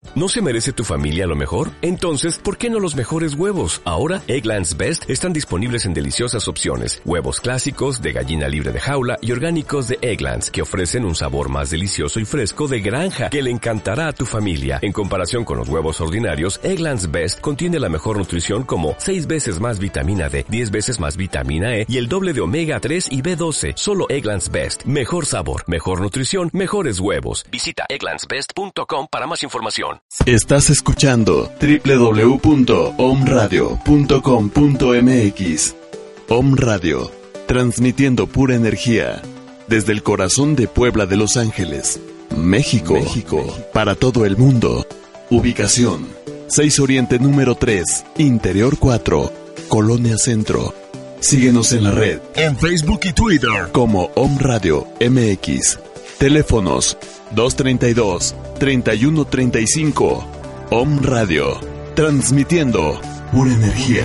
¿No se merece tu familia lo mejor? Entonces, ¿por qué no los mejores huevos? Ahora, Eggland's Best están disponibles en deliciosas opciones. Huevos clásicos, de gallina libre de jaula y orgánicos de Eggland's, que ofrecen un sabor más delicioso y fresco de granja, que le encantará a tu familia. En comparación con los huevos ordinarios, Eggland's Best contiene la mejor nutrición como 6 veces más vitamina D, 10 veces más vitamina E y el doble de omega 3 y B12. Solo Eggland's Best. Mejor sabor, mejor nutrición, mejores huevos. Visita egglandsbest.com para más información. Estás escuchando www.omradio.com.mx. Om Radio, transmitiendo pura energía desde el corazón de Puebla de Los Ángeles, México, para todo el mundo. Ubicación: 6 Oriente número 3, Interior 4, Colonia Centro. Síguenos en la red, en Facebook y Twitter como Om Radio MX. Teléfonos 232-3135. Om Radio, transmitiendo pura energía.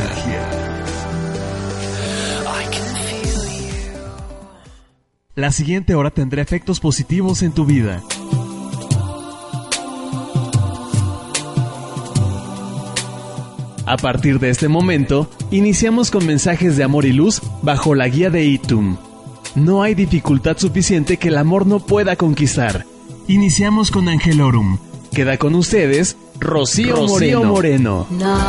La siguiente hora tendrá efectos positivos en tu vida. A partir de este momento, iniciamos con mensajes de amor y luz bajo la guía de Itum. No hay dificultad suficiente que el amor no pueda conquistar. Iniciamos con Angelorum. Queda con ustedes, Rocío Moreno.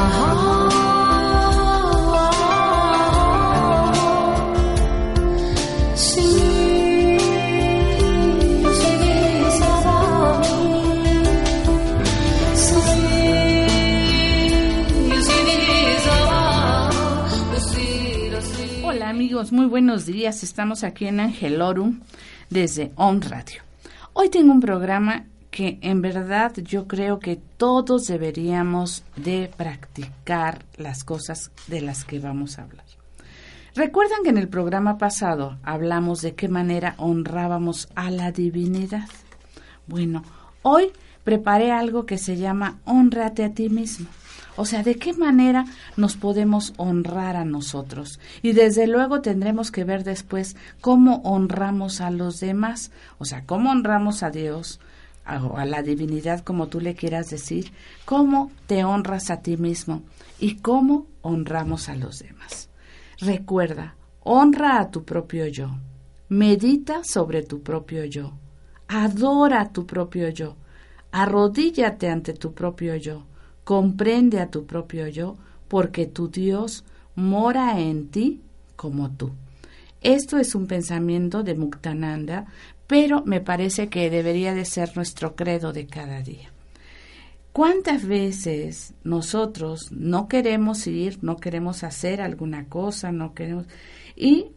Hola amigos, muy buenos días. Estamos aquí en Angelorum desde Om Radio. Hoy tengo un programa que en verdad yo creo que todos deberíamos de practicar las cosas de las que vamos a hablar. ¿Recuerdan que en el programa pasado hablamos de qué manera honrábamos a la divinidad? Bueno, hoy preparé algo que se llama Hónrate a ti mismo. O sea, ¿de qué manera nos podemos honrar a nosotros? Y desde luego tendremos que ver después cómo honramos a los demás. O sea, cómo honramos a Dios, o a la divinidad, como tú le quieras decir, cómo te honras a ti mismo y cómo honramos a los demás. Recuerda, honra a tu propio yo, medita sobre tu propio yo, adora a tu propio yo, arrodíllate ante tu propio yo, comprende a tu propio yo, porque tu Dios mora en ti como tú. Esto es un pensamiento de Muktananda, pero me parece que debería de ser nuestro credo de cada día. ¿Cuántas veces nosotros no queremos ir, no queremos hacer alguna cosa, no queremos... y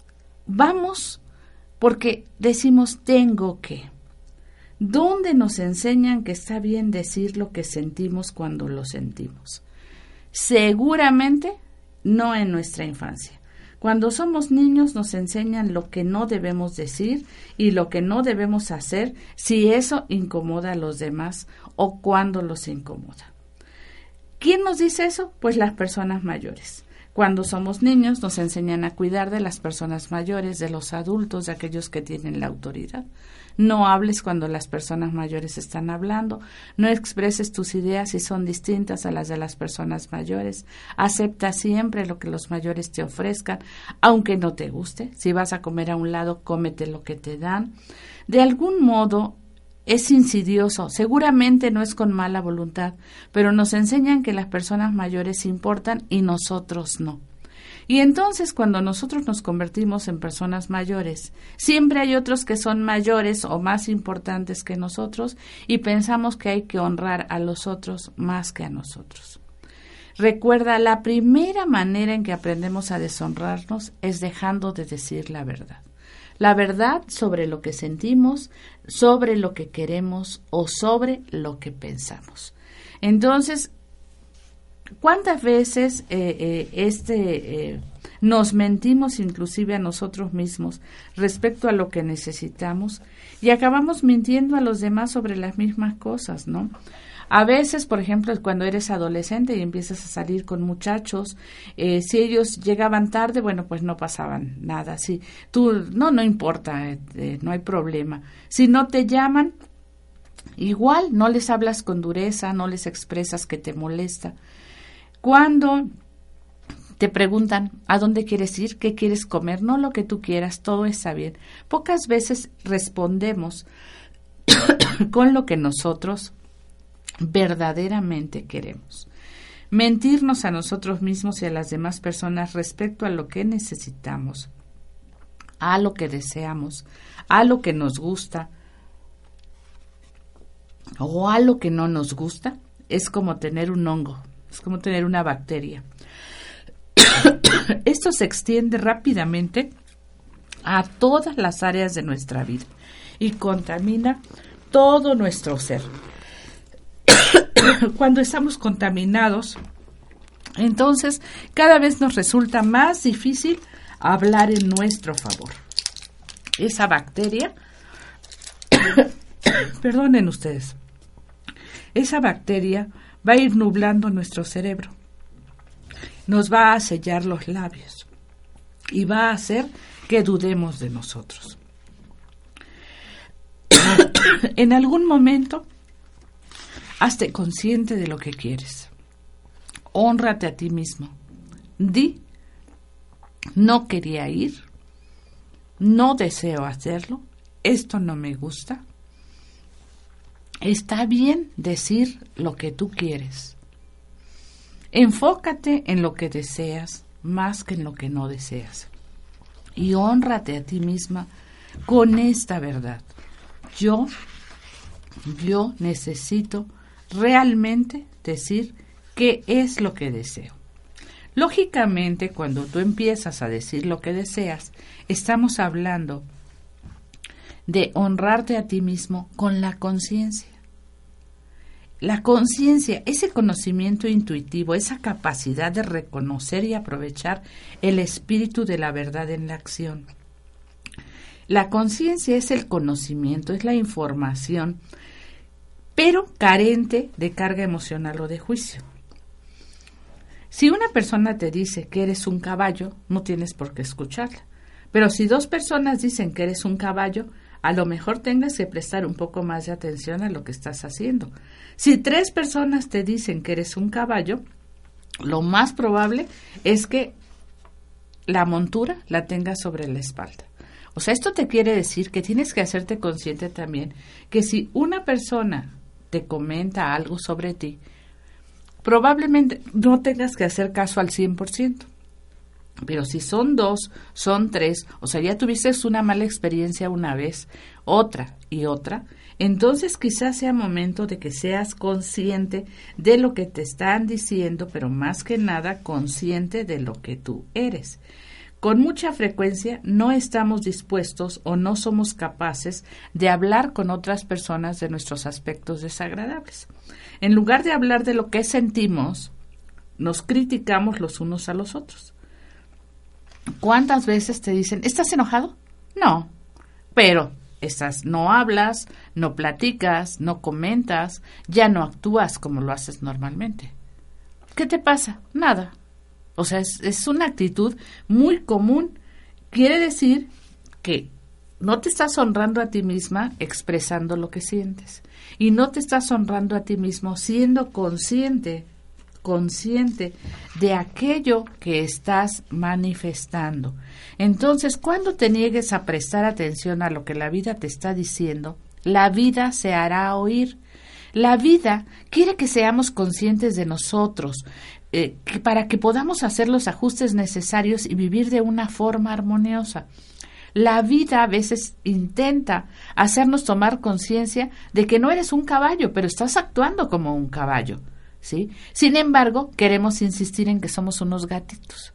vamos porque decimos tengo que? ¿Dónde nos enseñan que está bien decir lo que sentimos cuando lo sentimos? Seguramente no en nuestra infancia. Cuando somos niños nos enseñan lo que no debemos decir y lo que no debemos hacer si eso incomoda a los demás o cuando los incomoda. ¿Quién nos dice eso? Pues las personas mayores. Cuando somos niños nos enseñan a cuidar de las personas mayores, de los adultos, de aquellos que tienen la autoridad. No hables cuando las personas mayores están hablando, no expreses tus ideas si son distintas a las de las personas mayores, acepta siempre lo que los mayores te ofrezcan, aunque no te guste. Si vas a comer a un lado, cómete lo que te dan. De algún modo es insidioso, seguramente no es con mala voluntad, pero nos enseñan que las personas mayores importan y nosotros no. Y entonces cuando nosotros nos convertimos en personas mayores, siempre hay otros que son mayores o más importantes que nosotros y pensamos que hay que honrar a los otros más que a nosotros. Recuerda, la primera manera en que aprendemos a deshonrarnos es dejando de decir la verdad. La verdad sobre lo que sentimos, sobre lo que queremos o sobre lo que pensamos. Entonces, ¿cuántas veces nos mentimos inclusive a nosotros mismos respecto a lo que necesitamos y acabamos mintiendo a los demás sobre las mismas cosas, ¿no? A veces, por ejemplo, cuando eres adolescente y empiezas a salir con muchachos, si ellos llegaban tarde, bueno, pues no pasaban nada. Si tú, no importa, no hay problema. Si no te llaman, Igual, no les hablas con dureza, no les expresas que te molesta. Cuando te preguntan ¿a dónde quieres ir? ¿Qué quieres comer? No lo que tú quieras, todo está bien. Pocas veces respondemos con lo que nosotros verdaderamente queremos. Mentirnos a nosotros mismos y a las demás personas respecto a lo que necesitamos, a lo que deseamos, a lo que nos gusta o a lo que no nos gusta, es como tener un hongo, es como tener una bacteria. Esto se extiende rápidamente a todas las áreas de nuestra vida y contamina todo nuestro ser. Cuando estamos contaminados, entonces cada vez nos resulta más difícil hablar en nuestro favor. Esa bacteria, perdonen ustedes, esa bacteria va a ir nublando nuestro cerebro, nos va a sellar los labios y va a hacer que dudemos de nosotros. En algún momento, hazte consciente de lo que quieres. Hónrate a ti mismo. Di, no quería ir, no deseo hacerlo, esto no me gusta. Está bien decir lo que tú quieres. Enfócate en lo que deseas más que en lo que no deseas. Y hónrate a ti misma con esta verdad. Yo necesito realmente decir qué es lo que deseo. Lógicamente, cuando tú empiezas a decir lo que deseas, estamos hablando de honrarte a ti mismo con la conciencia. La conciencia, ese conocimiento intuitivo, esa capacidad de reconocer y aprovechar el espíritu de la verdad en la acción. La conciencia es el conocimiento, es la información, pero carente de carga emocional o de juicio. Si una persona te dice que eres un caballo, no tienes por qué escucharla. Pero si dos personas dicen que eres un caballo, a lo mejor tengas que prestar un poco más de atención a lo que estás haciendo. Si 3 personas te dicen que eres un caballo, lo más probable es que la montura la tengas sobre la espalda. O sea, esto te quiere decir que tienes que hacerte consciente también que si una persona te comenta algo sobre ti, probablemente no tengas que hacer caso al 100%. Pero si son 2, son 3, o sea, ya tuviste una mala experiencia una vez, otra y otra, entonces quizás sea momento de que seas consciente de lo que te están diciendo, pero más que nada consciente de lo que tú eres. Con mucha frecuencia no estamos dispuestos o no somos capaces de hablar con otras personas de nuestros aspectos desagradables. En lugar de hablar de lo que sentimos, nos criticamos los unos a los otros. ¿Cuántas veces te dicen, ¿estás enojado? No, pero no hablas, no platicas, no comentas, ya no actúas como lo haces normalmente. ¿Qué te pasa? Nada. O sea, es una actitud muy común. Quiere decir que no te estás honrando a ti misma expresando lo que sientes. Y no te estás honrando a ti mismo siendo consciente de aquello que estás manifestando. Entonces, cuando te niegues a prestar atención a lo que la vida te está diciendo, la vida se hará oír. La vida quiere que seamos conscientes de nosotros, para que podamos hacer los ajustes necesarios y vivir de una forma armoniosa. La vida a veces intenta hacernos tomar conciencia de que no eres un caballo, pero estás actuando como un caballo, ¿sí? Sin embargo, queremos insistir en que somos unos gatitos.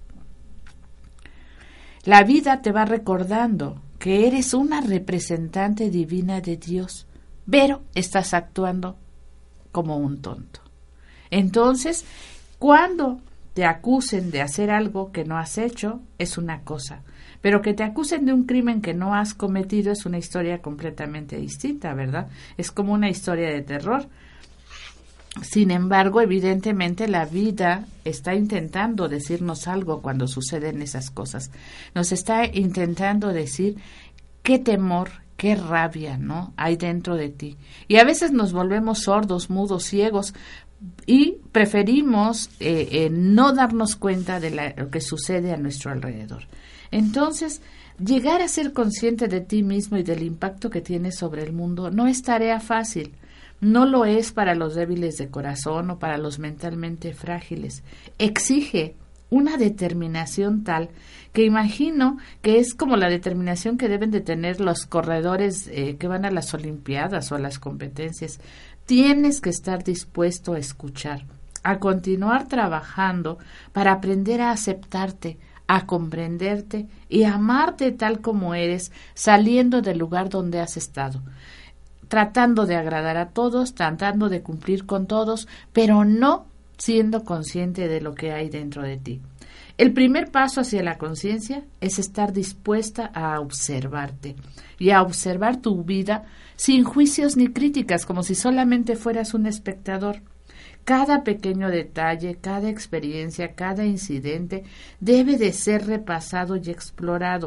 La vida te va recordando que eres una representante divina de Dios, pero estás actuando como un tonto. Entonces, cuando te acusen de hacer algo que no has hecho, es una cosa, pero que te acusen de un crimen que no has cometido es una historia completamente distinta, ¿verdad? Es como una historia de terror. Sin embargo, evidentemente la vida está intentando decirnos algo cuando suceden esas cosas. Nos está intentando decir qué temor, qué rabia, ¿no?, hay dentro de ti. Y a veces nos volvemos sordos, mudos, ciegos, y preferimos no darnos cuenta de lo que sucede a nuestro alrededor. Entonces, llegar a ser consciente de ti mismo y del impacto que tienes sobre el mundo no es tarea fácil. No lo es para los débiles de corazón o para los mentalmente frágiles. Exige una determinación tal que imagino que es como la determinación que deben de tener los corredores que van a las Olimpiadas o a las competencias. Tienes que estar dispuesto a escuchar, a continuar trabajando para aprender a aceptarte, a comprenderte y a amarte tal como eres, saliendo del lugar donde has estado, tratando de agradar a todos, tratando de cumplir con todos, pero no siendo consciente de lo que hay dentro de ti. El primer paso hacia la conciencia es estar dispuesta a observarte y a observar tu vida sin juicios ni críticas, como si solamente fueras un espectador. Cada pequeño detalle, cada experiencia, cada incidente debe de ser repasado y explorado.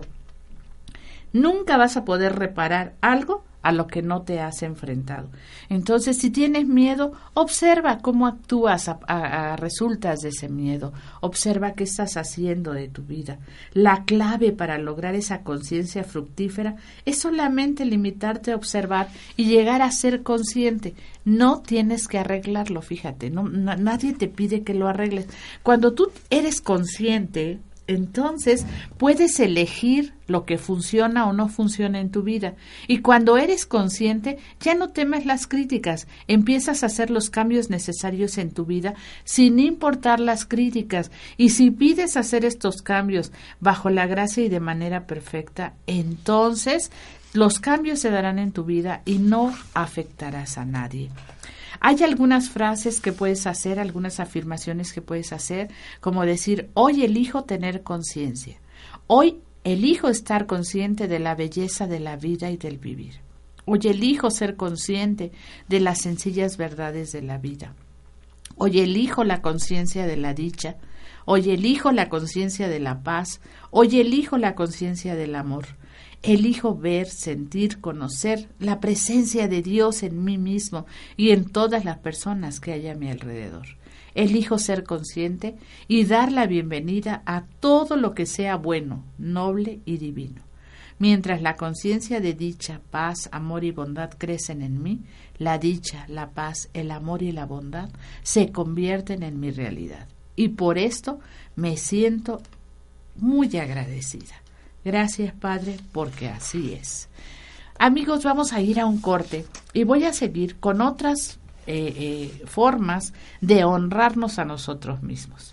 Nunca vas a poder reparar algo a lo que no te has enfrentado. Entonces, si tienes miedo, observa cómo actúas a resultas de ese miedo. Observa qué estás haciendo de tu vida. La clave para lograr esa conciencia fructífera es solamente limitarte a observar y llegar a ser consciente. No tienes que arreglarlo, fíjate, nadie te pide que lo arregles. Cuando tú eres consciente, entonces puedes elegir lo que funciona o no funciona en tu vida. Y cuando eres consciente, ya no temes las críticas. Empiezas a hacer los cambios necesarios en tu vida sin importar las críticas. Y si pides hacer estos cambios bajo la gracia y de manera perfecta, entonces los cambios se darán en tu vida y no afectarás a nadie. Hay algunas frases que puedes hacer, algunas afirmaciones que puedes hacer, como decir, hoy elijo tener conciencia. Hoy elijo estar consciente de la belleza de la vida y del vivir. Hoy elijo ser consciente de las sencillas verdades de la vida. Hoy elijo la conciencia de la dicha. Hoy elijo la conciencia de la paz. Hoy elijo la conciencia del amor. Elijo ver, sentir, conocer la presencia de Dios en mí mismo y en todas las personas que hay a mi alrededor. Elijo ser consciente y dar la bienvenida a todo lo que sea bueno, noble y divino. Mientras la conciencia de dicha, paz, amor y bondad crecen en mí, la dicha, la paz, el amor y la bondad se convierten en mi realidad. Y por esto me siento muy agradecida. Gracias, Padre, porque así es. Amigos, vamos a ir a un corte y voy a seguir con otras formas de honrarnos a nosotros mismos.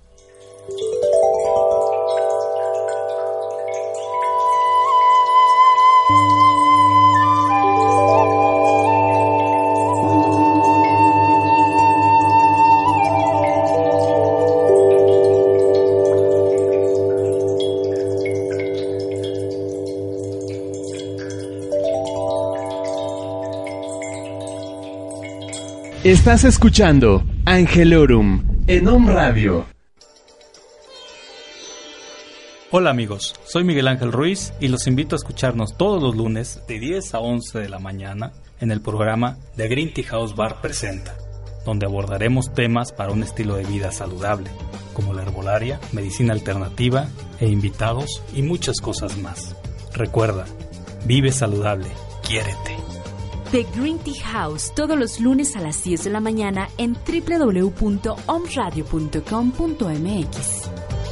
Estás escuchando Angelorum en Om Radio. Hola amigos, soy Miguel Ángel Ruiz y los invito a escucharnos todos los lunes de 10 a 11 de la mañana en el programa The Green Tea House Bar Presenta, donde abordaremos temas para un estilo de vida saludable, como la herbolaria, medicina alternativa e invitados y muchas cosas más. Recuerda, vive saludable, quiérete. The Green Tea House, todos los lunes a las 10 de la mañana en www.omradio.com.mx.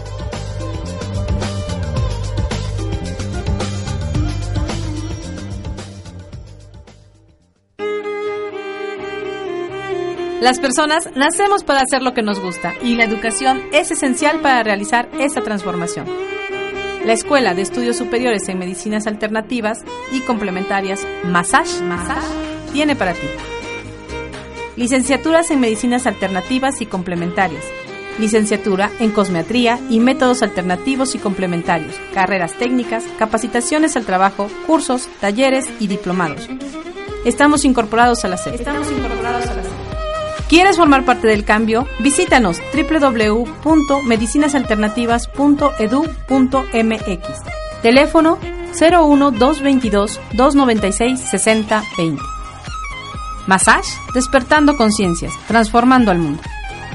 Las personas nacemos para hacer lo que nos gusta y la educación es esencial para realizar esta transformación. La Escuela de Estudios Superiores en Medicinas Alternativas y Complementarias Massage tiene para ti licenciaturas en Medicinas Alternativas y Complementarias, licenciatura en Cosmetría y Métodos Alternativos y Complementarios, carreras técnicas, capacitaciones al trabajo, cursos, talleres y diplomados. Estamos incorporados a la SEP. ¿Quieres formar parte del cambio? Visítanos www.medicinasalternativas.edu.mx. Teléfono 01-222-296-6020. Massage, despertando conciencias, transformando al mundo.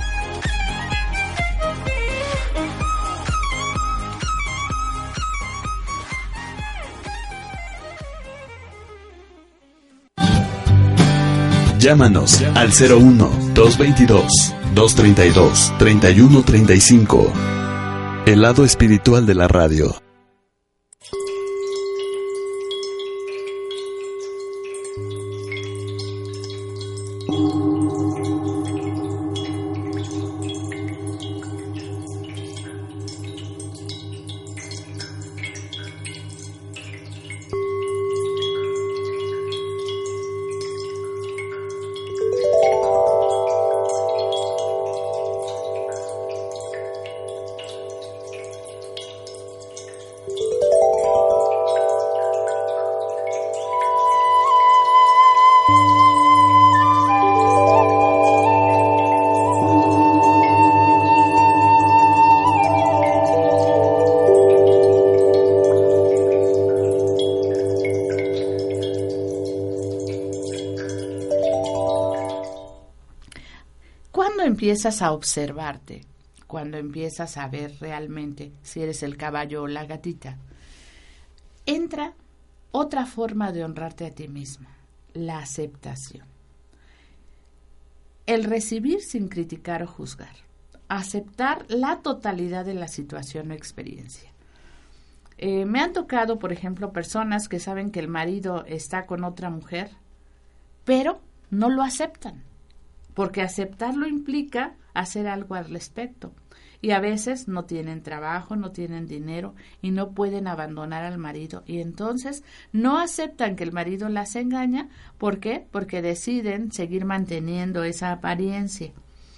Llámanos al 01-222-232-3135. El lado espiritual de la radio. Empiezas a observarte, cuando empiezas a ver realmente si eres el caballo o la gatita, entra otra forma de honrarte a ti mismo, la aceptación. El recibir sin criticar o juzgar, aceptar la totalidad de la situación o experiencia. Me han tocado, por ejemplo, personas que saben que el marido está con otra mujer, pero no lo aceptan. Porque aceptarlo implica hacer algo al respecto. Y a veces no tienen trabajo, no tienen dinero y no pueden abandonar al marido. Y entonces no aceptan que el marido las engaña. ¿Por qué? Porque deciden seguir manteniendo esa apariencia.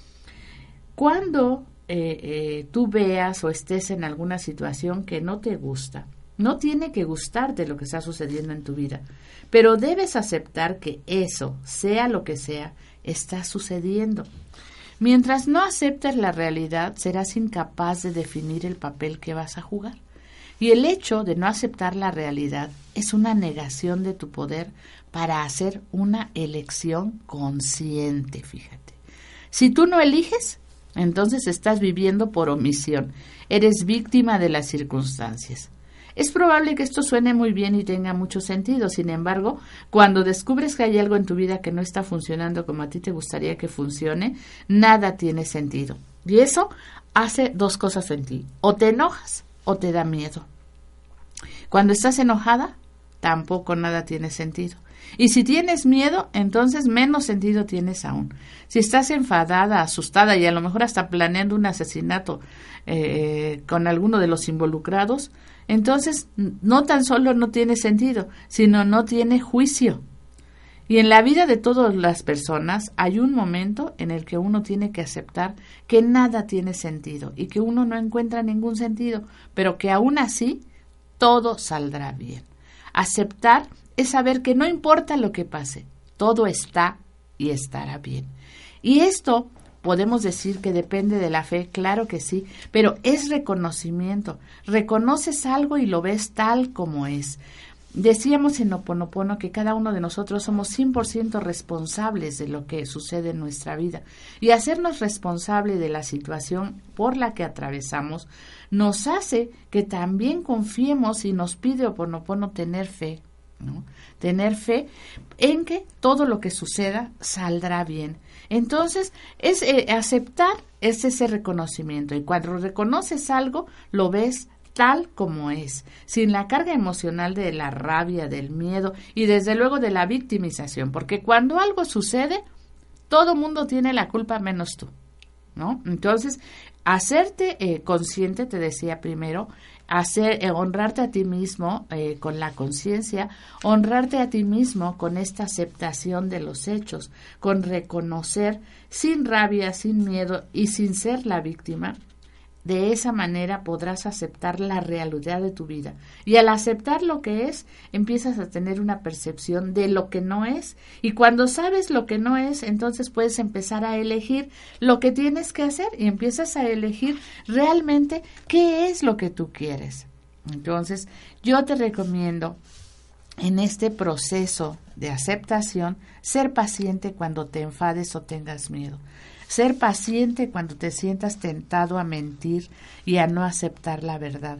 Cuando tú veas o estés en alguna situación que no te gusta, no tiene que gustarte lo que está sucediendo en tu vida, pero debes aceptar que eso, sea lo que sea, está sucediendo. Mientras no aceptes la realidad, serás incapaz de definir el papel que vas a jugar. Y el hecho de no aceptar la realidad es una negación de tu poder para hacer una elección consciente, fíjate. Si tú no eliges, entonces estás viviendo por omisión. Eres víctima de las circunstancias. Es probable que esto suene muy bien y tenga mucho sentido. Sin embargo, cuando descubres que hay algo en tu vida que no está funcionando como a ti te gustaría que funcione, nada tiene sentido. Y eso hace dos cosas en ti. O te enojas o te da miedo. Cuando estás enojada, tampoco nada tiene sentido. Y si tienes miedo, entonces menos sentido tienes aún. Si estás enfadada, asustada y a lo mejor hasta planeando un asesinato con alguno de los involucrados, entonces no tan solo no tiene sentido, sino no tiene juicio. Y en la vida de todas las personas hay un momento en el que uno tiene que aceptar que nada tiene sentido y que uno no encuentra ningún sentido, pero que aún así todo saldrá bien. Aceptar es saber que no importa lo que pase, todo está y estará bien. Y esto podemos decir que depende de la fe, claro que sí, pero es reconocimiento. Reconoces algo y lo ves tal como es. Decíamos en Ho'oponopono que cada uno de nosotros somos 100% responsables de lo que sucede en nuestra vida. Y hacernos responsable de la situación por la que atravesamos nos hace que también confiemos, y nos pide Ho'oponopono tener fe, ¿no? Tener fe en que todo lo que suceda saldrá bien. Entonces, es aceptar es ese reconocimiento. Y cuando reconoces algo, lo ves tal como es, sin la carga emocional de la rabia, del miedo y desde luego de la victimización. Porque cuando algo sucede, todo mundo tiene la culpa menos tú, ¿no? Entonces, hacerte consciente, te decía primero, honrarte a ti mismo con la conciencia, honrarte a ti mismo con esta aceptación de los hechos, con reconocer sin rabia, sin miedo y sin ser la víctima. De esa manera podrás aceptar la realidad de tu vida. Y al aceptar lo que es, empiezas a tener una percepción de lo que no es. Y cuando sabes lo que no es, entonces puedes empezar a elegir lo que tienes que hacer y empiezas a elegir realmente qué es lo que tú quieres. Entonces, yo te recomiendo en este proceso de aceptación ser paciente cuando te enfades o tengas miedo. Ser paciente cuando te sientas tentado a mentir y a no aceptar la verdad.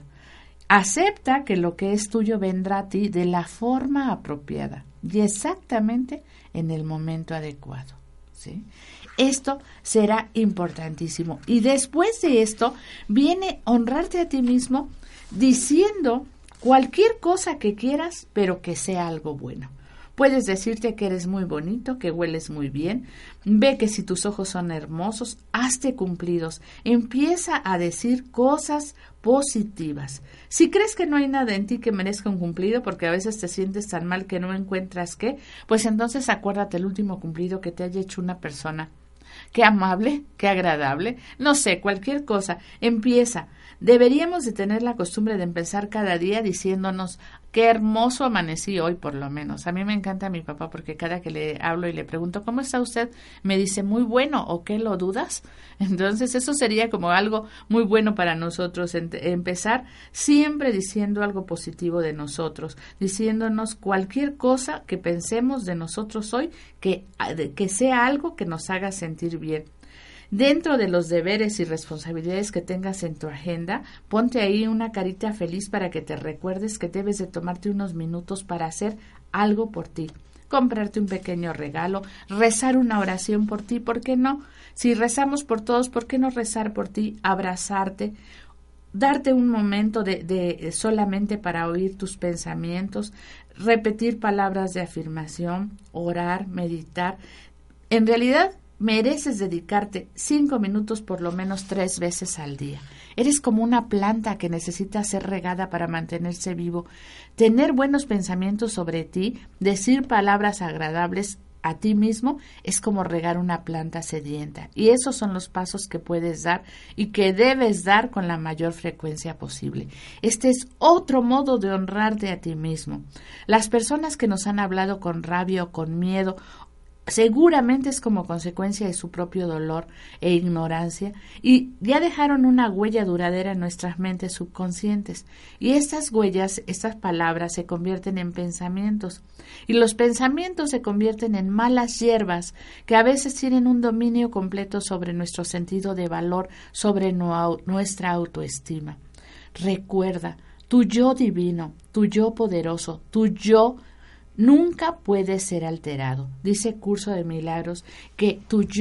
Acepta que lo que es tuyo vendrá a ti de la forma apropiada y exactamente en el momento adecuado, ¿sí? Esto será importantísimo. Y después de esto viene honrarte a ti mismo diciendo cualquier cosa que quieras, pero que sea algo bueno. Puedes decirte que eres muy bonito, que hueles muy bien, ve que si tus ojos son hermosos, hazte cumplidos, empieza a decir cosas positivas. Si crees que no hay nada en ti que merezca un cumplido, porque a veces te sientes tan mal que no encuentras qué, pues entonces acuérdate el último cumplido que te haya hecho una persona. Qué amable, qué agradable, no sé, cualquier cosa, empieza. Deberíamos de tener la costumbre de empezar cada día diciéndonos qué hermoso amanecí hoy, por lo menos. A mí me encanta mi papá porque cada que le hablo y le pregunto ¿cómo está usted? Me dice muy bueno, ¿o qué lo dudas? Entonces eso sería como algo muy bueno para nosotros, empezar siempre diciendo algo positivo de nosotros, diciéndonos cualquier cosa que pensemos de nosotros hoy que sea algo que nos haga sentir bien. Dentro de los deberes y responsabilidades que tengas en tu agenda, ponte ahí una carita feliz para que te recuerdes que debes de tomarte unos minutos para hacer algo por ti. Comprarte un pequeño regalo, rezar una oración por ti, ¿por qué no? Si rezamos por todos, ¿por qué no rezar por ti? Abrazarte, darte un momento de solamente para oír tus pensamientos, repetir palabras de afirmación, orar, meditar. En realidad, mereces dedicarte 5 minutos por lo menos 3 veces al día. Eres como una planta que necesita ser regada para mantenerse vivo. Tener buenos pensamientos sobre ti, decir palabras agradables a ti mismo, es como regar una planta sedienta. Y esos son los pasos que puedes dar y que debes dar con la mayor frecuencia posible. Este es otro modo de honrarte a ti mismo. Las personas que nos han hablado con rabia o con miedo, seguramente es como consecuencia de su propio dolor e ignorancia y ya dejaron una huella duradera en nuestras mentes subconscientes y estas huellas, estas palabras se convierten en pensamientos y los pensamientos se convierten en malas hierbas que a veces tienen un dominio completo sobre nuestro sentido de valor, sobre nuestra autoestima. Recuerda, tu yo divino, tu yo poderoso, tu yo nunca puede ser alterado. Dice Curso de Milagros que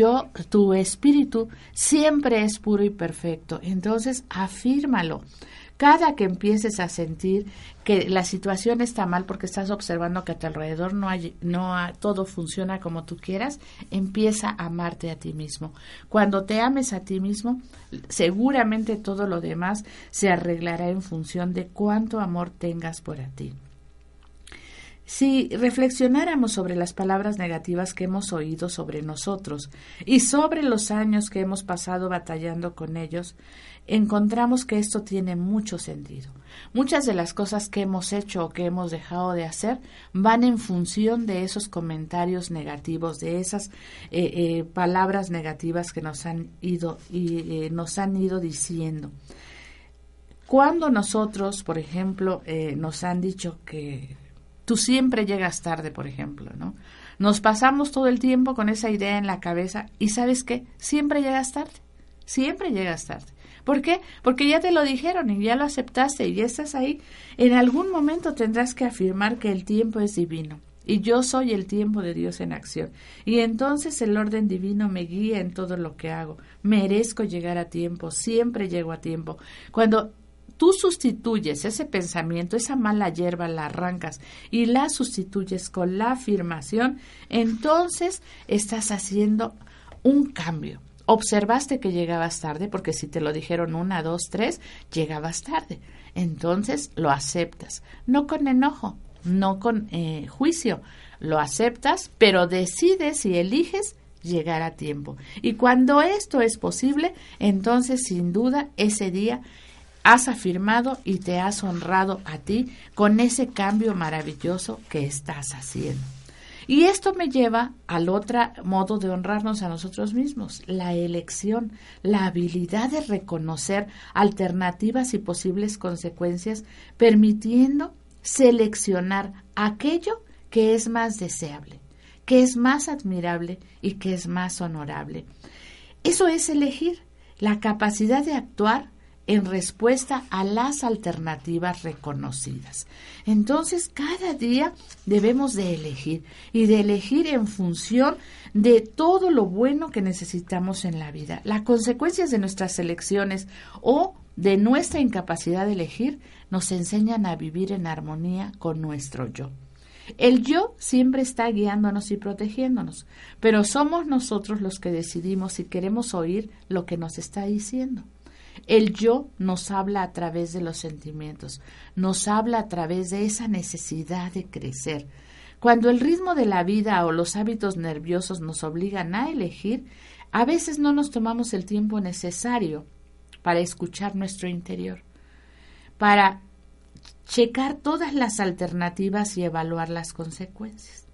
tu espíritu siempre es puro y perfecto. Entonces, afírmalo. Cada que empieces a sentir que la situación está mal porque estás observando que a tu alrededor todo funciona como tú quieras, empieza a amarte a ti mismo. Cuando te ames a ti mismo, seguramente todo lo demás se arreglará en función de cuánto amor tengas por ti. Si reflexionáramos sobre las palabras negativas que hemos oído sobre nosotros y sobre los años que hemos pasado batallando con ellos, encontramos que esto tiene mucho sentido. Muchas de las cosas que hemos hecho o que hemos dejado de hacer van en función de esos comentarios negativos, de esas palabras negativas que nos han ido diciendo. Cuando nosotros, por ejemplo, nos han dicho que tú siempre llegas tarde, por ejemplo, ¿no? Nos pasamos todo el tiempo con esa idea en la cabeza y ¿sabes qué? Siempre llegas tarde. ¿Por qué? Porque ya te lo dijeron y ya lo aceptaste y ya estás ahí. En algún momento tendrás que afirmar que el tiempo es divino y yo soy el tiempo de Dios en acción. Y entonces el orden divino me guía en todo lo que hago. Merezco llegar a tiempo, siempre llego a tiempo. Cuando tú sustituyes ese pensamiento, esa mala hierba la arrancas y la sustituyes con la afirmación, entonces estás haciendo un cambio. Observaste que llegabas tarde, porque si te lo dijeron 1, 2, 3, llegabas tarde. Entonces lo aceptas, no con enojo, no con juicio, lo aceptas, pero decides y eliges llegar a tiempo. Y cuando esto es posible, entonces sin duda ese día has afirmado y te has honrado a ti con ese cambio maravilloso que estás haciendo. Y esto me lleva al otro modo de honrarnos a nosotros mismos, la elección, la habilidad de reconocer alternativas y posibles consecuencias, permitiendo seleccionar aquello que es más deseable, que es más admirable y que es más honorable. Eso es elegir, la capacidad de actuar en respuesta a las alternativas reconocidas. Entonces, cada día debemos de elegir, y de elegir en función de todo lo bueno que necesitamos en la vida. Las consecuencias de nuestras elecciones o de nuestra incapacidad de elegir nos enseñan a vivir en armonía con nuestro yo. El yo siempre está guiándonos y protegiéndonos, pero somos nosotros los que decidimos si queremos oír lo que nos está diciendo. El yo nos habla a través de los sentimientos, nos habla a través de esa necesidad de crecer. Cuando el ritmo de la vida o los hábitos nerviosos nos obligan a elegir, a veces no nos tomamos el tiempo necesario para escuchar nuestro interior, para checar todas las alternativas y evaluar las consecuencias.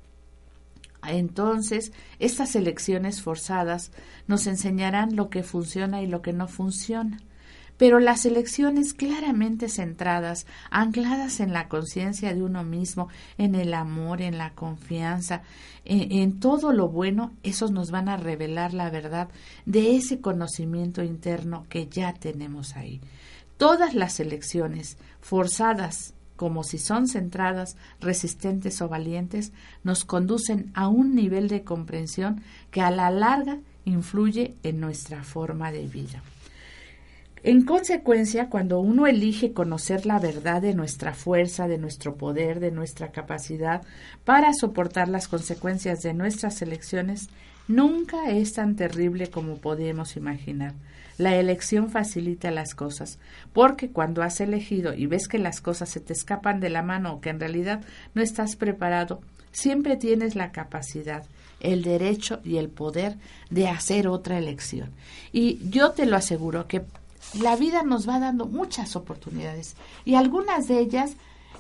Entonces, estas elecciones forzadas nos enseñarán lo que funciona y lo que no funciona. Pero las elecciones claramente centradas, ancladas en la conciencia de uno mismo, en el amor, en la confianza, en todo lo bueno, esos nos van a revelar la verdad de ese conocimiento interno que ya tenemos ahí. Todas las elecciones forzadas, como si son centradas, resistentes o valientes, nos conducen a un nivel de comprensión que a la larga influye en nuestra forma de vida. En consecuencia, cuando uno elige conocer la verdad de nuestra fuerza, de nuestro poder, de nuestra capacidad para soportar las consecuencias de nuestras elecciones, nunca es tan terrible como podemos imaginar. La elección facilita las cosas, porque cuando has elegido y ves que las cosas se te escapan de la mano o que en realidad no estás preparado, siempre tienes la capacidad, el derecho y el poder de hacer otra elección. Y yo te lo aseguro que la vida nos va dando muchas oportunidades y algunas de ellas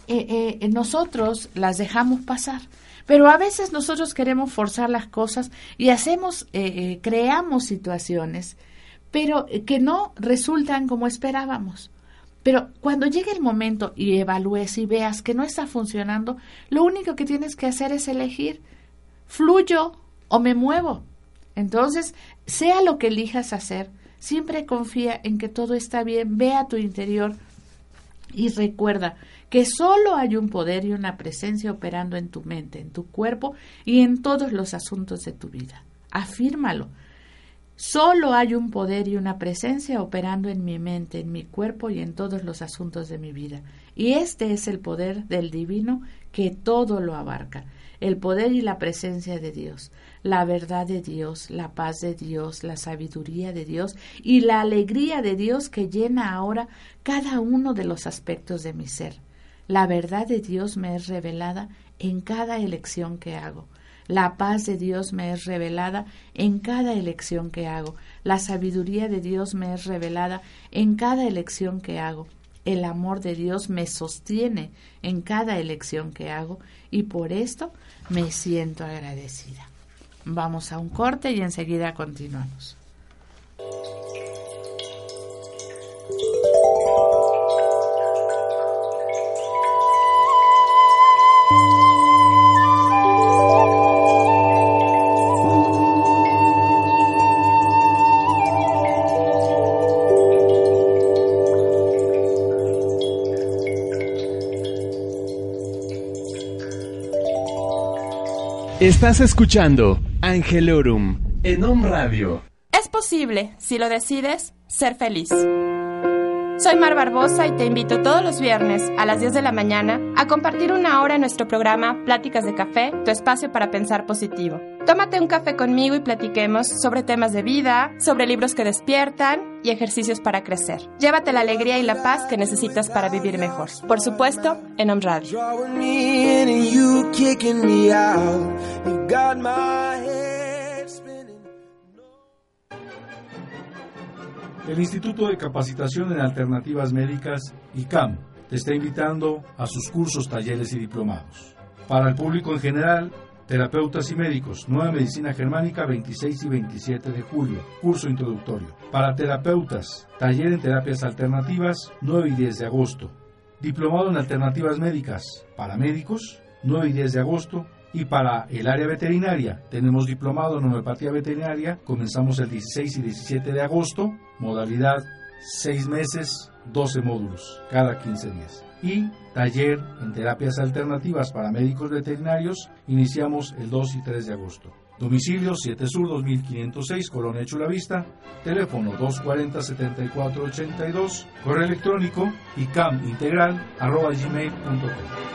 nosotros las dejamos pasar. Pero a veces nosotros queremos forzar las cosas y creamos situaciones, pero que no resultan como esperábamos. Pero cuando llegue el momento y evalúes y veas que no está funcionando, lo único que tienes que hacer es elegir, ¿fluyo o me muevo? Entonces, sea lo que elijas hacer, siempre confía en que todo está bien, ve a tu interior y recuerda que solo hay un poder y una presencia operando en tu mente, en tu cuerpo y en todos los asuntos de tu vida. Afírmalo. Solo hay un poder y una presencia operando en mi mente, en mi cuerpo y en todos los asuntos de mi vida. Y este es el poder del divino que todo lo abarca. El poder y la presencia de Dios, la verdad de Dios, la paz de Dios, la sabiduría de Dios y la alegría de Dios que llena ahora cada uno de los aspectos de mi ser. La verdad de Dios me es revelada en cada elección que hago. La paz de Dios me es revelada en cada elección que hago. La sabiduría de Dios me es revelada en cada elección que hago. El amor de Dios me sostiene en cada elección que hago y por esto me siento agradecida. Vamos a un corte y enseguida continuamos. Estás escuchando Angelorum en Om Radio. Es posible, si lo decides, ser feliz. Soy Mar Barbosa y te invito todos los viernes a las 10 de la mañana a compartir una hora en nuestro programa Pláticas de Café, tu espacio para pensar positivo. Tómate un café conmigo y platiquemos sobre temas de vida, sobre libros que despiertan y ejercicios para crecer. Llévate la alegría y la paz que necesitas para vivir mejor. Por supuesto, en Om Radio. El Instituto de Capacitación en Alternativas Médicas, ICAM, te está invitando a sus cursos, talleres y diplomados. Para el público en general, Terapeutas y médicos, Nueva Medicina Germánica, 26 y 27 de julio, curso introductorio. Para terapeutas, taller en terapias alternativas, 9 y 10 de agosto. Diplomado en alternativas médicas, para médicos, 9 y 10 de agosto. Y para el área veterinaria, tenemos diplomado en homeopatía veterinaria, comenzamos el 16 y 17 de agosto, modalidad 6 meses, 12 módulos, cada 15 días. Y taller en terapias alternativas para médicos veterinarios, iniciamos el 2 y 3 de agosto. Domicilio 7 Sur 2506, Colonia Chulavista, teléfono 240-7482, correo electrónico icamintegral@gmail.com.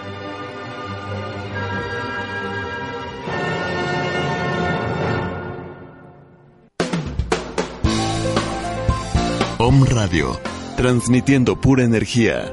Om Radio, transmitiendo pura energía.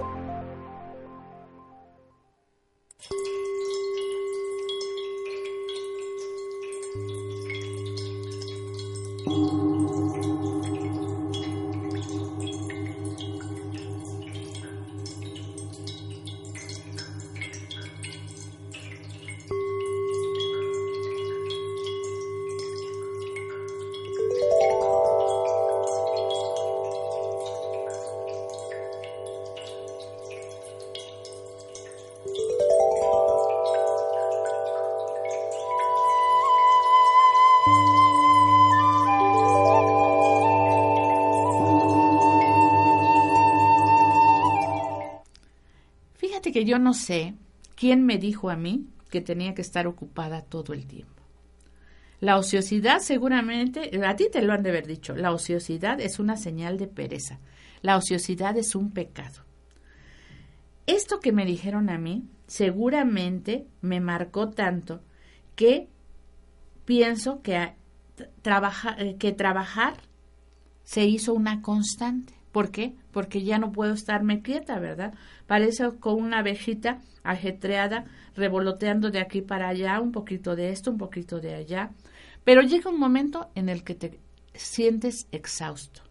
Que yo no sé quién me dijo a mí que tenía que estar ocupada todo el tiempo. La ociosidad seguramente, a ti te lo han de haber dicho, la ociosidad es una señal de pereza, la ociosidad es un pecado. Esto que me dijeron a mí seguramente me marcó tanto que pienso que trabajar se hizo una constante. ¿Por qué? Porque ya no puedo estarme quieta, ¿verdad? Parece con una abejita ajetreada, revoloteando de aquí para allá, un poquito de esto, un poquito de allá. Pero llega un momento en el que te sientes exhausto.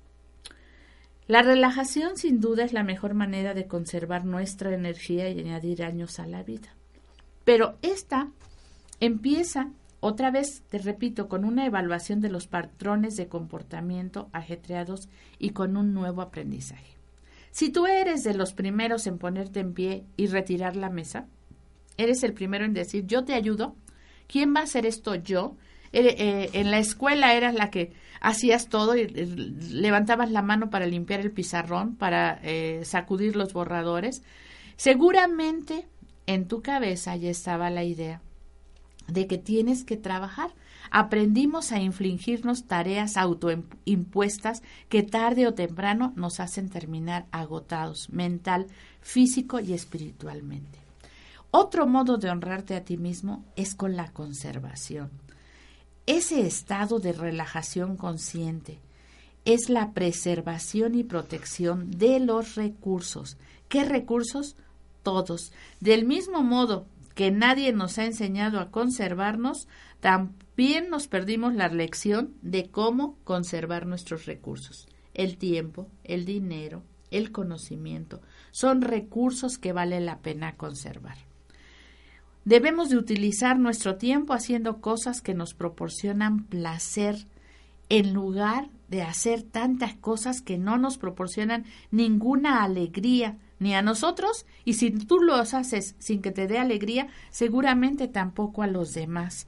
La relajación, sin duda, es la mejor manera de conservar nuestra energía y añadir años a la vida. Pero esta empieza, otra vez, te repito, con una evaluación de los patrones de comportamiento ajetreados y con un nuevo aprendizaje. Si tú eres de los primeros en ponerte en pie y retirar la mesa, eres el primero en decir, yo te ayudo, ¿quién va a hacer esto? Yo. En la escuela eras la que hacías todo y levantabas la mano para limpiar el pizarrón, para sacudir los borradores. Seguramente en tu cabeza ya estaba la idea de que tienes que trabajar. Aprendimos a infligirnos tareas autoimpuestas que tarde o temprano nos hacen terminar agotados, mental, físico y espiritualmente. Otro modo de honrarte a ti mismo es con la conservación. Ese estado de relajación consciente es la preservación y protección de los recursos. ¿Qué recursos? Todos. Del mismo modo que nadie nos ha enseñado a conservarnos, también nos perdimos la lección de cómo conservar nuestros recursos. El tiempo, el dinero, el conocimiento, son recursos que vale la pena conservar. Debemos de utilizar nuestro tiempo haciendo cosas que nos proporcionan placer, en lugar de hacer tantas cosas que no nos proporcionan ninguna alegría, ni a nosotros, y si tú los haces sin que te dé alegría, seguramente tampoco a los demás.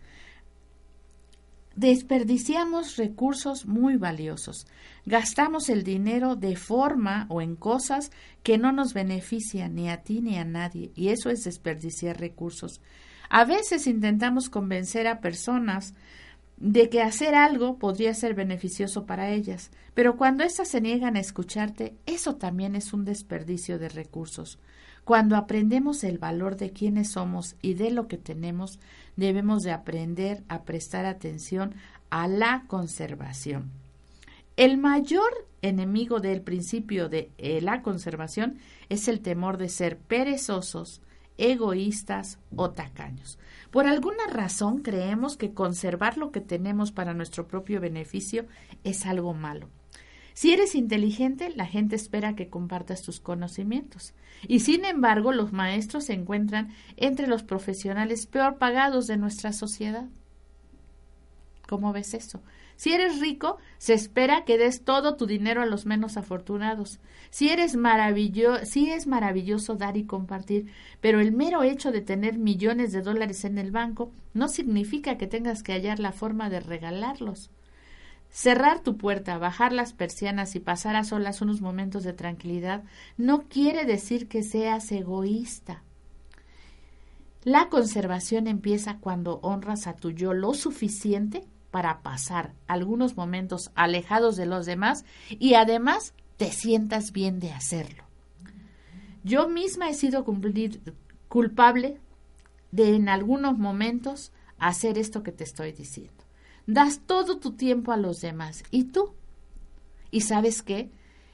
Desperdiciamos recursos muy valiosos. Gastamos el dinero de forma o en cosas que no nos benefician ni a ti ni a nadie, y eso es desperdiciar recursos. A veces intentamos convencer a personas de que hacer algo podría ser beneficioso para ellas, pero cuando éstas se niegan a escucharte, eso también es un desperdicio de recursos. Cuando aprendemos el valor de quiénes somos y de lo que tenemos, debemos de aprender a prestar atención a la conservación. El mayor enemigo del principio de la conservación es el temor de ser perezosos, egoístas o tacaños. Por alguna razón creemos que conservar lo que tenemos para nuestro propio beneficio es algo malo. Si eres inteligente, la gente espera que compartas tus conocimientos. Y sin embargo, los maestros se encuentran entre los profesionales peor pagados de nuestra sociedad. ¿Cómo ves eso? Si eres rico, se espera que des todo tu dinero a los menos afortunados. Si es maravilloso dar y compartir, pero el mero hecho de tener millones de dólares en el banco no significa que tengas que hallar la forma de regalarlos. Cerrar tu puerta, bajar las persianas y pasar a solas unos momentos de tranquilidad no quiere decir que seas egoísta. La conservación empieza cuando honras a tu yo lo suficiente para pasar algunos momentos alejados de los demás y además te sientas bien de hacerlo. Yo misma he sido culpable de en algunos momentos hacer esto que te estoy diciendo. Das todo tu tiempo a los demás. ¿Y tú? ¿Y sabes qué?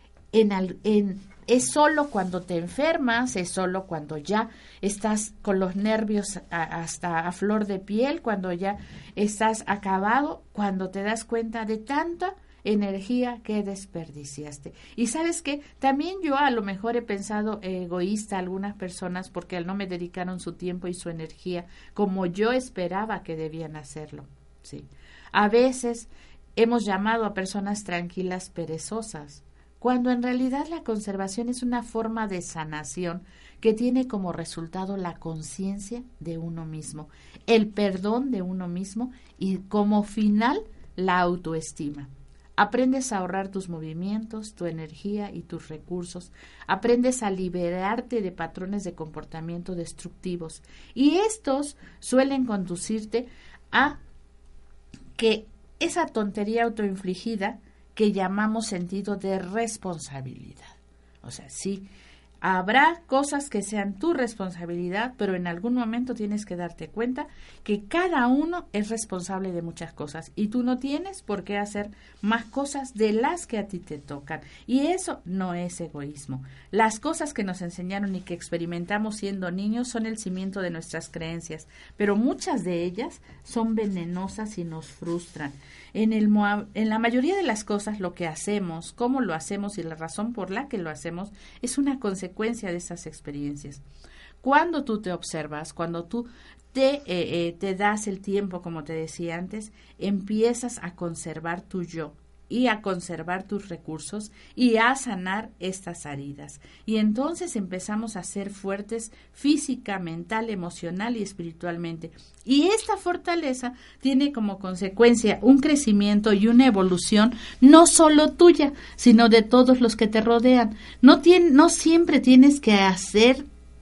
Es solo cuando te enfermas, es solo cuando ya estás con los nervios hasta a flor de piel, cuando ya estás acabado, cuando te das cuenta de tanta energía que desperdiciaste. Y sabes qué, también yo a lo mejor he pensado egoísta a algunas personas porque no me dedicaron su tiempo y su energía como yo esperaba que debían hacerlo. Sí. A veces hemos llamado a personas tranquilas perezosas, cuando en realidad la conservación es una forma de sanación que tiene como resultado la conciencia de uno mismo, el perdón de uno mismo y como final la autoestima. Aprendes a ahorrar tus movimientos, tu energía y tus recursos. Aprendes a liberarte de patrones de comportamiento destructivos. Y estos suelen conducirte a que esa tontería autoinfligida que llamamos sentido de responsabilidad. O sea, sí, habrá cosas que sean tu responsabilidad, pero en algún momento tienes que darte cuenta que cada uno es responsable de muchas cosas y tú no tienes por qué hacer más cosas de las que a ti te tocan. Y eso no es egoísmo. Las cosas que nos enseñaron y que experimentamos siendo niños son el cimiento de nuestras creencias, pero muchas de ellas son venenosas y nos frustran. En la mayoría de las cosas, lo que hacemos, cómo lo hacemos y la razón por la que lo hacemos es una consecuencia de esas experiencias. Cuando tú te observas, cuando tú te das el tiempo, como te decía antes, empiezas a conservar tu yo y a conservar tus recursos y a sanar estas heridas. Y entonces empezamos a ser fuertes física, mental, emocional y espiritualmente. Y esta fortaleza tiene como consecuencia un crecimiento y una evolución no solo tuya, sino de todos los que te rodean. No siempre tienes que hacer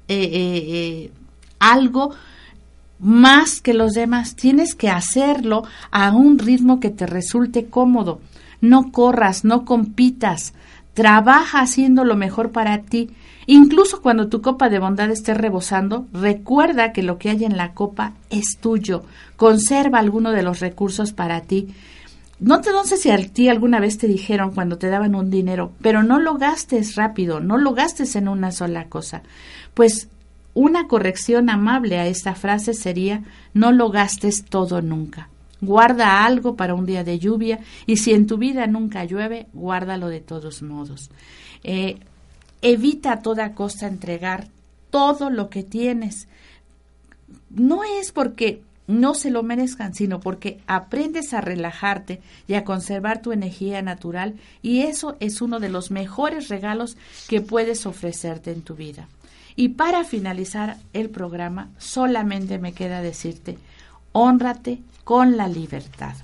algo más que los demás. Tienes que hacerlo a un ritmo que te resulte cómodo. No corras, no compitas, trabaja haciendo lo mejor para ti. Incluso cuando tu copa de bondad esté rebosando, recuerda que lo que hay en la copa es tuyo. Conserva alguno de los recursos para ti. No sé si a ti alguna vez te dijeron cuando te daban un dinero, pero no lo gastes rápido, no lo gastes en una sola cosa. Pues una corrección amable a esta frase sería: no lo gastes todo nunca. Guarda algo para un día de lluvia y si en tu vida nunca llueve, guárdalo de todos modos. Evita a toda costa entregar todo lo que tienes. No es porque no se lo merezcan, sino porque aprendes a relajarte y a conservar tu energía natural, y eso es uno de los mejores regalos que puedes ofrecerte en tu vida. Y para finalizar el programa, solamente me queda decirte: hónrate con la libertad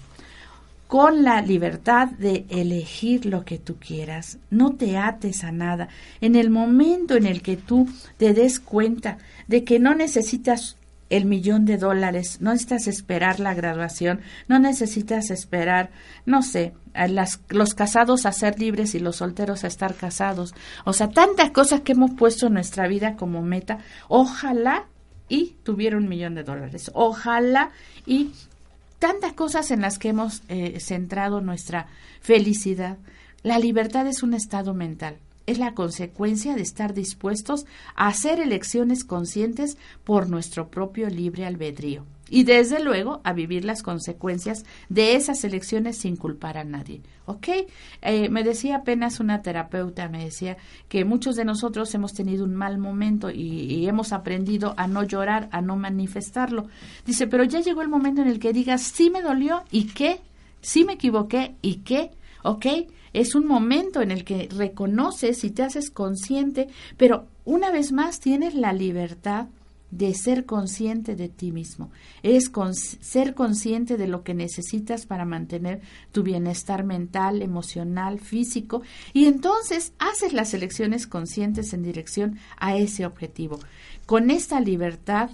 de elegir lo que tú quieras. No te ates a nada. En el momento en el que tú te des cuenta de que no necesitas el $1,000,000, no necesitas esperar la graduación, no necesitas esperar, no sé, los casados a ser libres y los solteros a estar casados. O sea, tantas cosas que hemos puesto en nuestra vida como meta. Ojalá y tuviera $1,000,000. Ojalá y tantas cosas en las que hemos centrado nuestra felicidad. La libertad es un estado mental. es la consecuencia de estar dispuestos a hacer elecciones conscientes por nuestro propio libre albedrío. Y desde luego a vivir las consecuencias de esas elecciones sin culpar a nadie. ¿Ok? Me decía apenas una terapeuta, me decía que muchos de nosotros hemos tenido un mal momento y hemos aprendido a no llorar, a no manifestarlo. Dice, pero ya llegó el momento en el que digas, sí me dolió, ¿y qué? Sí me equivoqué, ¿y qué? ¿Ok? Es un momento en el que reconoces y te haces consciente, pero una vez más tienes la libertad de ser consciente de ti mismo. Es ser consciente de lo que necesitas para mantener tu bienestar mental, emocional, físico, y entonces haces las elecciones conscientes en dirección a ese objetivo. Con esta libertad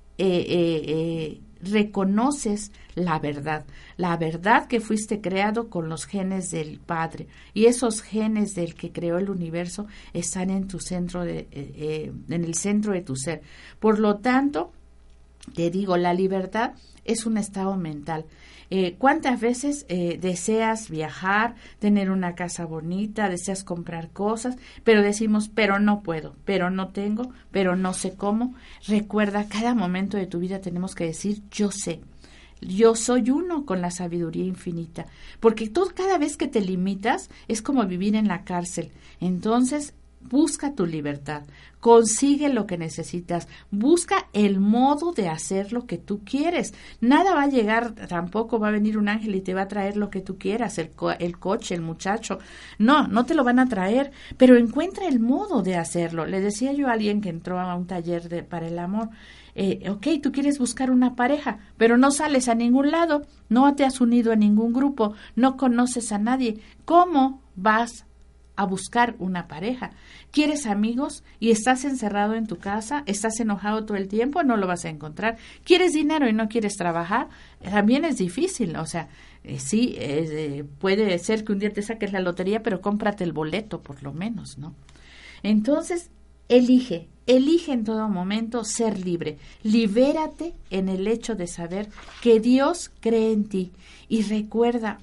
reconoces la verdad que fuiste creado con los genes del Padre, y esos genes del que creó el universo están en tu centro en el centro de tu ser. Por lo tanto, te digo, la libertad es un estado mental. ¿Cuántas veces deseas viajar, tener una casa bonita, deseas comprar cosas, pero decimos, pero no puedo, pero no tengo, pero no sé cómo? Recuerda, cada momento de tu vida tenemos que decir, yo sé. Yo soy uno con la sabiduría infinita, porque cada vez que te limitas es como vivir en la cárcel. Entonces, busca tu libertad, consigue lo que necesitas, busca el modo de hacer lo que tú quieres. Nada va a llegar, tampoco va a venir un ángel y te va a traer lo que tú quieras, el coche, el muchacho. No te lo van a traer, pero encuentra el modo de hacerlo. Le decía yo a alguien que entró a un taller para el amor, ok, tú quieres buscar una pareja, pero no sales a ningún lado, no te has unido a ningún grupo, no conoces a nadie. ¿Cómo vas a buscar una pareja? ¿Quieres amigos y estás encerrado en tu casa? ¿Estás enojado todo el tiempo? No lo vas a encontrar. ¿Quieres dinero y no quieres trabajar? También es difícil. O sea, sí, puede ser que un día te saques la lotería, pero cómprate el boleto por lo menos, ¿no? Entonces, elige en todo momento ser libre. Libérate en el hecho de saber que Dios cree en ti. Y recuerda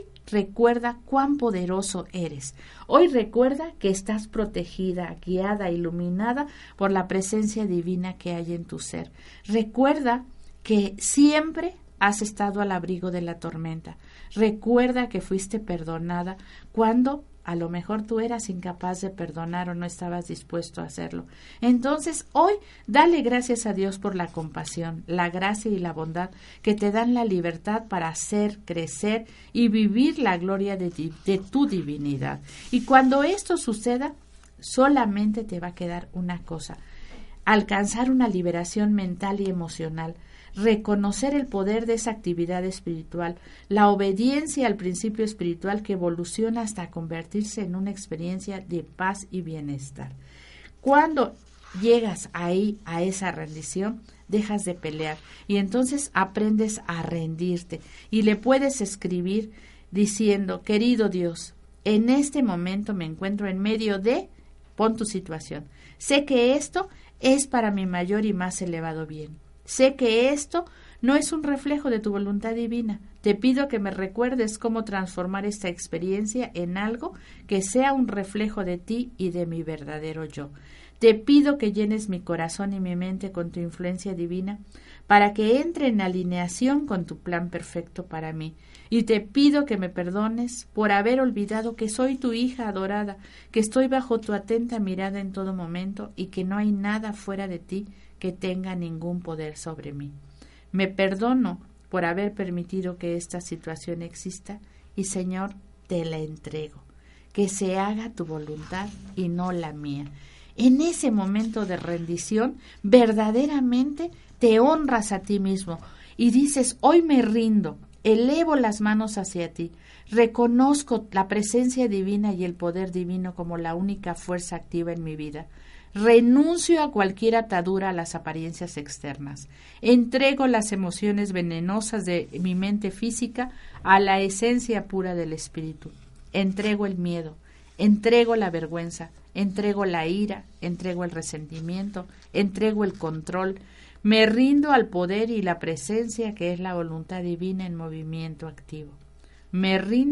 cuán poderoso eres. Hoy recuerda que estás protegida, guiada, iluminada por la presencia divina que hay en tu ser. Recuerda que siempre has estado al abrigo de la tormenta. Recuerda que fuiste perdonada cuando a lo mejor tú eras incapaz de perdonar o no estabas dispuesto a hacerlo. Entonces, hoy, dale gracias a Dios por la compasión, la gracia y la bondad que te dan la libertad para hacer, crecer y vivir la gloria de tu divinidad. Y cuando esto suceda, solamente te va a quedar una cosa: alcanzar una liberación mental y emocional, reconocer el poder de esa actividad espiritual, la obediencia al principio espiritual que evoluciona hasta convertirse en una experiencia de paz y bienestar. Cuando llegas ahí a esa rendición, dejas de pelear y entonces aprendes a rendirte y le puedes escribir diciendo: querido Dios, en este momento me encuentro en medio de, pon tu situación, sé que esto es para mi mayor y más elevado bien. Sé que esto no es un reflejo de tu voluntad divina. Te pido que me recuerdes cómo transformar esta experiencia en algo que sea un reflejo de ti y de mi verdadero yo. Te pido que llenes mi corazón y mi mente con tu influencia divina para que entre en alineación con tu plan perfecto para mí. Y te pido que me perdones por haber olvidado que soy tu hija adorada, que estoy bajo tu atenta mirada en todo momento y que no hay nada fuera de ti que tenga ningún poder sobre mí. Me perdono por haber permitido que esta situación exista y, Señor, te la entrego. Que se haga tu voluntad y no la mía. En ese momento de rendición, verdaderamente te honras a ti mismo y dices: hoy me rindo, elevo las manos hacia ti, reconozco la presencia divina y el poder divino como la única fuerza activa en mi vida. Renuncio a cualquier atadura a las apariencias externas. Entrego las emociones venenosas de mi mente física a la esencia pura del espíritu. Entrego el miedo, entrego la vergüenza, entrego la ira, entrego el resentimiento, entrego el control. Me rindo al poder y la presencia que es la voluntad divina en movimiento activo. Me rindo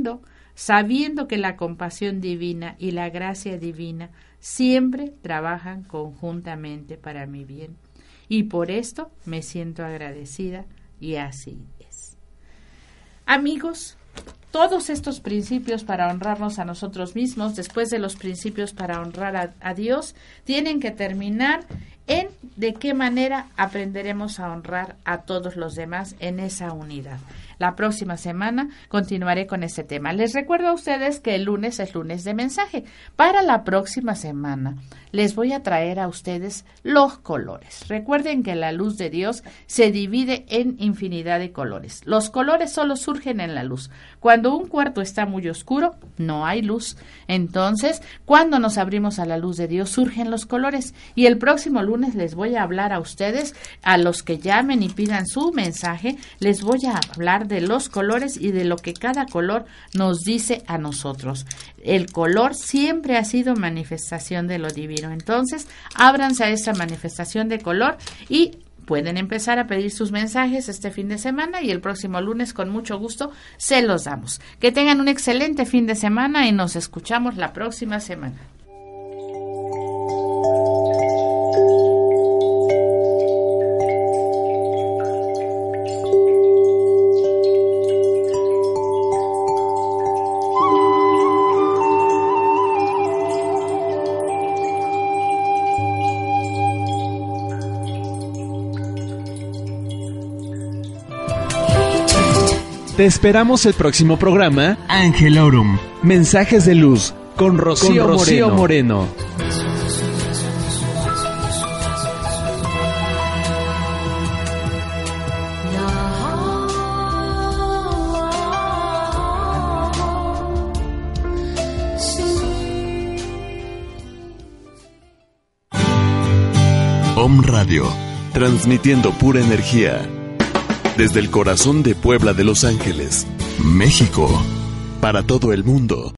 sabiendo que la compasión divina y la gracia divina siempre trabajan conjuntamente para mi bien. Y por esto me siento agradecida y así es. Amigos, todos estos principios para honrarnos a nosotros mismos, después de los principios para honrar a Dios, tienen que terminar en de qué manera aprenderemos a honrar a todos los demás en esa unidad. La próxima semana continuaré con este tema. Les recuerdo a ustedes que el lunes es lunes de mensaje. Para la próxima semana les voy a traer a ustedes los colores. Recuerden que la luz de Dios se divide en infinidad de colores. Los colores solo surgen en la luz. Cuando un cuarto está muy oscuro, no hay luz. Entonces, cuando nos abrimos a la luz de Dios, surgen los colores. Y el próximo lunes les voy a hablar a ustedes, a los que llamen y pidan su mensaje, les voy a hablar de los colores y de lo que cada color nos dice a nosotros. El color siempre ha sido manifestación de lo divino. Entonces, ábranse a esta manifestación de color y pueden empezar a pedir sus mensajes este fin de semana y el próximo lunes con mucho gusto se los damos. Que tengan un excelente fin de semana y nos escuchamos la próxima semana. Te esperamos el próximo programa Angelorum, Mensajes de Luz con Rocío Moreno. Om Radio, transmitiendo pura energía. Desde el corazón de Puebla de Los Ángeles, México, para todo el mundo.